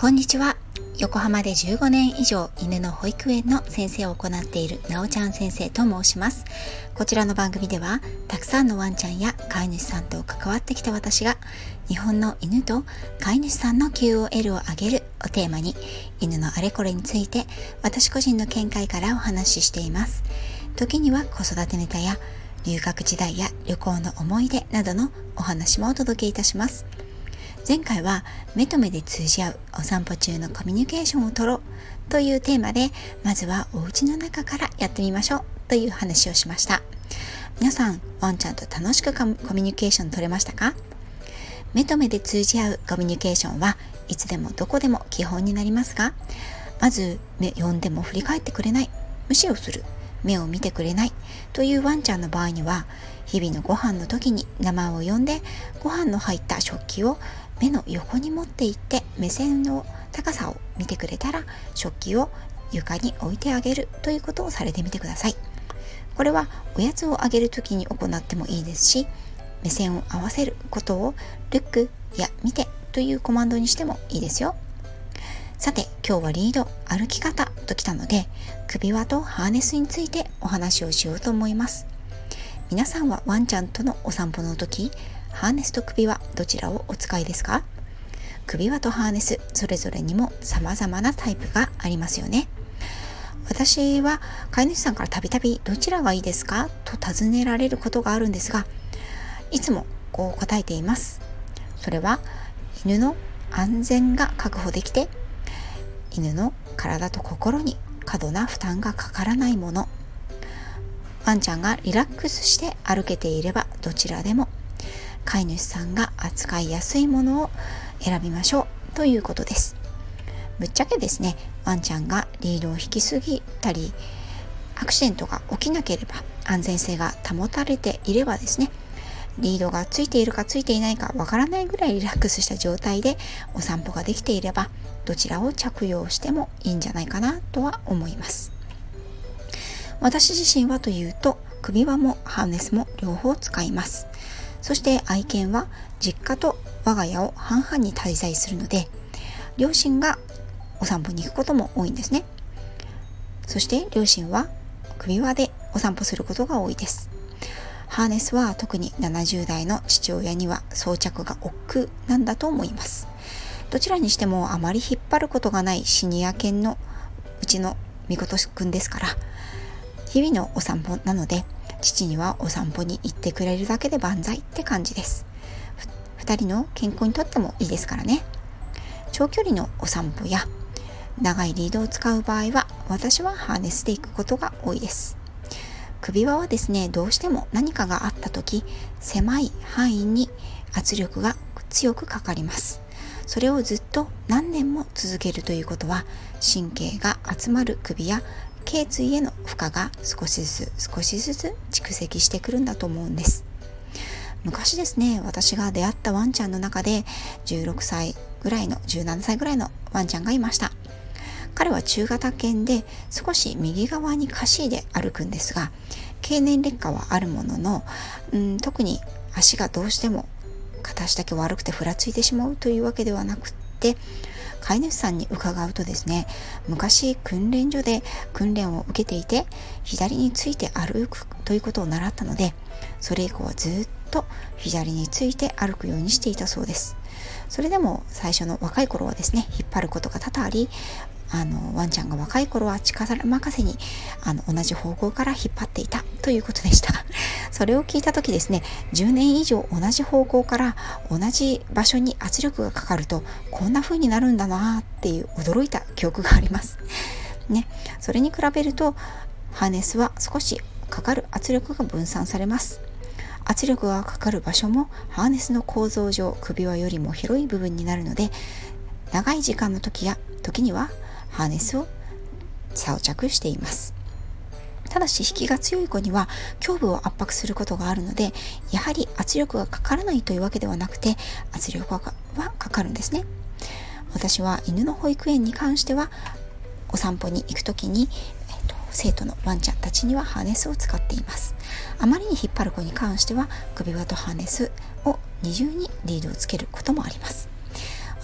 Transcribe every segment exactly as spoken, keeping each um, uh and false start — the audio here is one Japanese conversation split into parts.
こんにちは。横浜でじゅうごねん以上犬の保育園の先生を行っているなおちゃん先生と申します。こちらの番組ではたくさんのワンちゃんや飼い主さんと関わってきた私が日本の犬と飼い主さんの キューオーエル を上げるをテーマに犬のあれこれについて私個人の見解からお話ししています。時には子育てネタや留学時代や旅行の思い出などのお話もお届けいたします。前回は目と目で通じ合うお散歩中のコミュニケーションを取ろうというテーマで、まずはお家の中からやってみましょうという話をしました。皆さん、ワンちゃんと楽しくコミュニケーション取れましたか？目と目で通じ合うコミュニケーションはいつでもどこでも基本になりますが、まず目呼んでも振り返ってくれない、無視をする、目を見てくれないというワンちゃんの場合には、日々のご飯の時に名前を呼んでご飯の入った食器を目の横に持っていって目線の高さを見てくれたら食器を床に置いてあげるということをされてみてください。これはおやつをあげる時に行ってもいいですし、目線を合わせることをルックや見てというコマンドにしてもいいですよ。さて、今日はリード、歩き方ときたので首輪とハーネスについてお話をしようと思います。皆さんはワンちゃんとのお散歩の時、ハーネスと首輪どちらをお使いですか？首輪とハーネスそれぞれにも様々なタイプがありますよね。私は飼い主さんからたびたびどちらがいいですかと尋ねられることがあるんですが、いつもこう答えています。それは犬の安全が確保できて、犬の体と心に過度な負担がかからないもの、ワンちゃんがリラックスして歩けていればどちらでも、飼い主さんが扱いやすいものを選びましょうということです。ぶっちゃけですね、ワンちゃんがリードを引きすぎたりアクシデントが起きなければ、安全性が保たれていればですね、リードがついているかついていないかわからないぐらいリラックスした状態でお散歩ができていれば、どちらを着用してもいいんじゃないかなとは思います。私自身はというと、首輪もハーネスも両方使います。そして愛犬は実家と我が家を半々に滞在するので、両親がお散歩に行くことも多いんですね。そして両親は首輪でお散歩することが多いです。ハーネスは特にななじゅう代の父親には装着が億劫なんだと思います。どちらにしてもあまり引っ張ることがないシニア犬のうちのみことくんですから、日々のお散歩なので父にはお散歩に行ってくれるだけで万歳って感じです。ふたりの健康にとってもいいですからね。長距離のお散歩や長いリードを使う場合は、私はハーネスで行くことが多いです。首輪はですね、どうしても何かがあった時、狭い範囲に圧力が強くかかります。それをずっと何年も続けるということは、神経が集まる首や頸椎への負荷が少しずつ少しずつ蓄積してくるんだと思うんです。昔ですね、私が出会ったワンちゃんの中でじゅうろくさいぐらいのじゅうななさいぐらいのワンちゃんがいました。彼は中型犬で少し右側にかしいで歩くんですが、経年劣化はあるものの、うん、特に足がどうしても片足だけ悪くてふらついてしまうというわけではなくって、飼い主さんに伺うとですね、昔訓練所で訓練を受けていて左について歩くということを習ったので、それ以降はずっと左について歩くようにしていたそうです。それでも最初の若い頃はですね、引っ張ることが多々あり、あのワンちゃんが若い頃は力任せにあの同じ方向から引っ張っていたということでした。それを聞いた時ですね、じゅうねん以上同じ方向から同じ場所に圧力がかかるとこんな風になるんだなっていう驚いた記憶がありますね。それに比べるとハーネスは少しかかる圧力が分散されます。圧力がかかる場所もハーネスの構造上、首輪よりも広い部分になるので、長い時間の時や時にはハーネスを装着しています。ただし引きが強い子には胸部を圧迫することがあるので、やはり圧力がかからないというわけではなくて、圧力はかかるんですね。私は犬の保育園に関してはお散歩に行くときに、えっと、生徒のワンちゃんたちにはハーネスを使っています。あまりに引っ張る子に関しては首輪とハーネスを二重にリードをつけることもあります。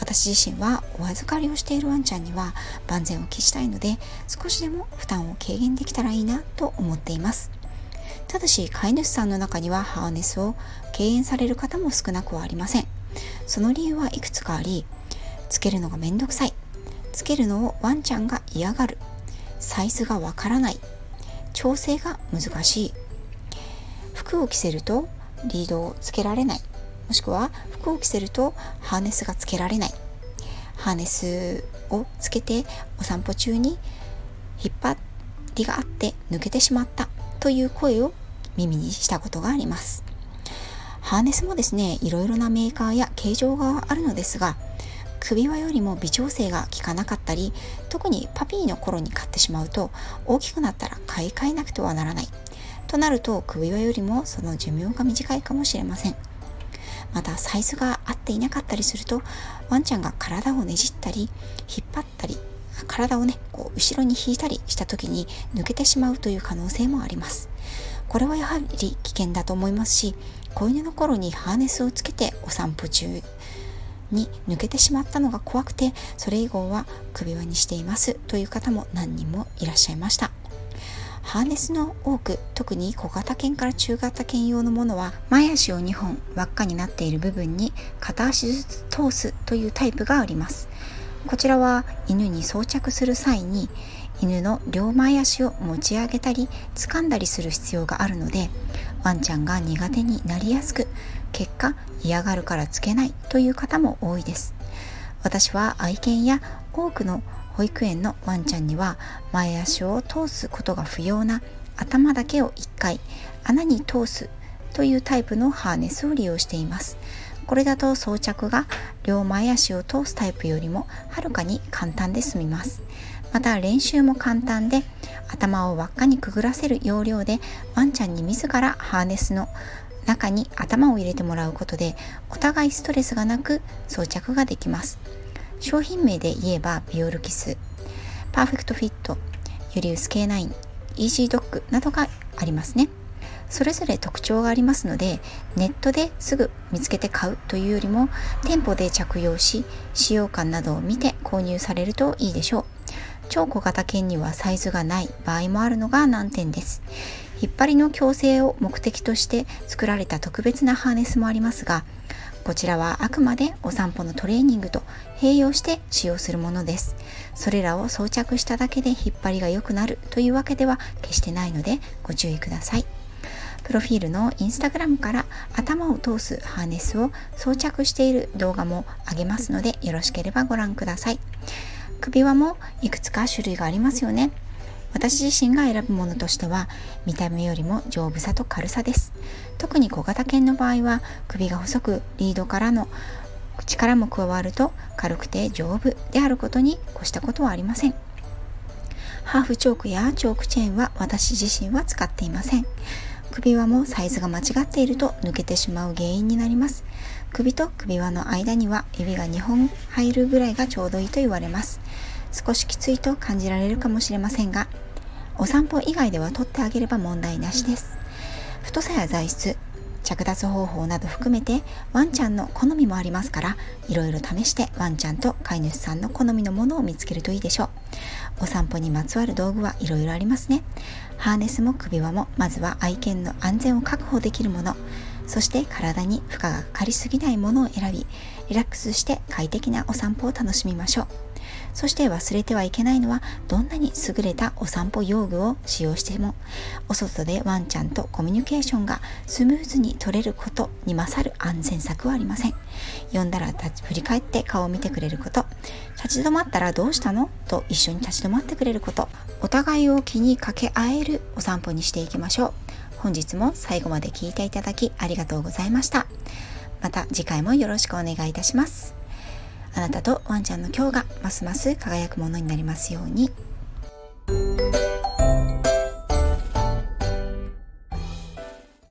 私自身はお預かりをしているワンちゃんには万全を期したいので、少しでも負担を軽減できたらいいなと思っています。ただし飼い主さんの中にはハーネスを敬遠される方も少なくはありません。その理由はいくつかあり、つけるのがめんどくさい、つけるのをワンちゃんが嫌がる、サイズがわからない、調整が難しい、服を着せるとリードをつけられない、もしくは服を着せるとハーネスがつけられない、ハーネスをつけてお散歩中に引っ張りがあって抜けてしまったという声を耳にしたことがあります。ハーネスもですね、いろいろなメーカーや形状があるのですが、首輪よりも微調整が効かなかったり、特にパピーの頃に買ってしまうと大きくなったら買い替えなくてはならないとなると、首輪よりもその寿命が短いかもしれません。またサイズが合っていなかったりすると、ワンちゃんが体をねじったり引っ張ったり、体をねこう後ろに引いたりした時に抜けてしまうという可能性もあります。これはやはり危険だと思いますし、子犬の頃にハーネスをつけてお散歩中に抜けてしまったのが怖くて、それ以後は首輪にしていますという方も何人もいらっしゃいました。ハーネスの多く、特に小型犬から中型犬用のものは、前足をにほん輪っかになっている部分に片足ずつ通すというタイプがあります。こちらは犬に装着する際に犬の両前足を持ち上げたり掴んだりする必要があるので、ワンちゃんが苦手になりやすく、結果嫌がるからつけないという方も多いです。私は愛犬や多くの保育園のワンちゃんには前足を通すことが不要な頭だけをいっかい穴に通すというタイプのハーネスを利用しています。これだと装着が両前足を通すタイプよりもはるかに簡単で済みます。また練習も簡単で、頭を輪っかにくぐらせる要領でワンちゃんに自らハーネスの中に頭を入れてもらうことで、お互いストレスがなく装着ができます。商品名で言えばビオルキス、パーフェクトフィット、ユリウス ケーナイン、イージードッグなどがありますね。それぞれ特徴がありますので、ネットですぐ見つけて買うというよりも、店舗で着用し使用感などを見て購入されるといいでしょう。超小型犬にはサイズがない場合もあるのが難点です。引っ張りの矯正を目的として作られた特別なハーネスもありますが、こちらはあくまでお散歩のトレーニングと併用して使用するものです。それらを装着しただけで引っ張りが良くなるというわけでは決してないのでご注意ください。プロフィールのインスタグラムから頭を通すハーネスを装着している動画も上げますので、よろしければご覧ください。首輪もいくつか種類がありますよね。私自身が選ぶものとしては、見た目よりも丈夫さと軽さです。特に小型犬の場合は首が細く、リードからの力も加わると軽くて丈夫であることに越したことはありません。ハーフチョークやチョークチェーンは私自身は使っていません。首輪もサイズが間違っていると抜けてしまう原因になります。首と首輪の間には指がにほん入るぐらいがちょうどいいと言われます。少しきついと感じられるかもしれませんが、お散歩以外では取ってあげれば問題なしです。太さや材質、着脱方法など含めてワンちゃんの好みもありますから、いろいろ試してワンちゃんと飼い主さんの好みのものを見つけるといいでしょう。お散歩にまつわる道具はいろいろありますね。ハーネスも首輪も、まずは愛犬の安全を確保できるもの、そして体に負荷がかかりすぎないものを選び、リラックスして快適なお散歩を楽しみましょう。そして忘れてはいけないのは、どんなに優れたお散歩用具を使用しても、お外でワンちゃんとコミュニケーションがスムーズに取れることに勝る安全策はありません。呼んだら立ち振り返って顔を見てくれること、立ち止まったらどうしたのと一緒に立ち止まってくれること、お互いを気にかけ合えるお散歩にしていきましょう。本日も最後まで聞いていただきありがとうございました。また次回もよろしくお願いいたします。あなたとワンちゃんの今日がますます輝くものになりますように。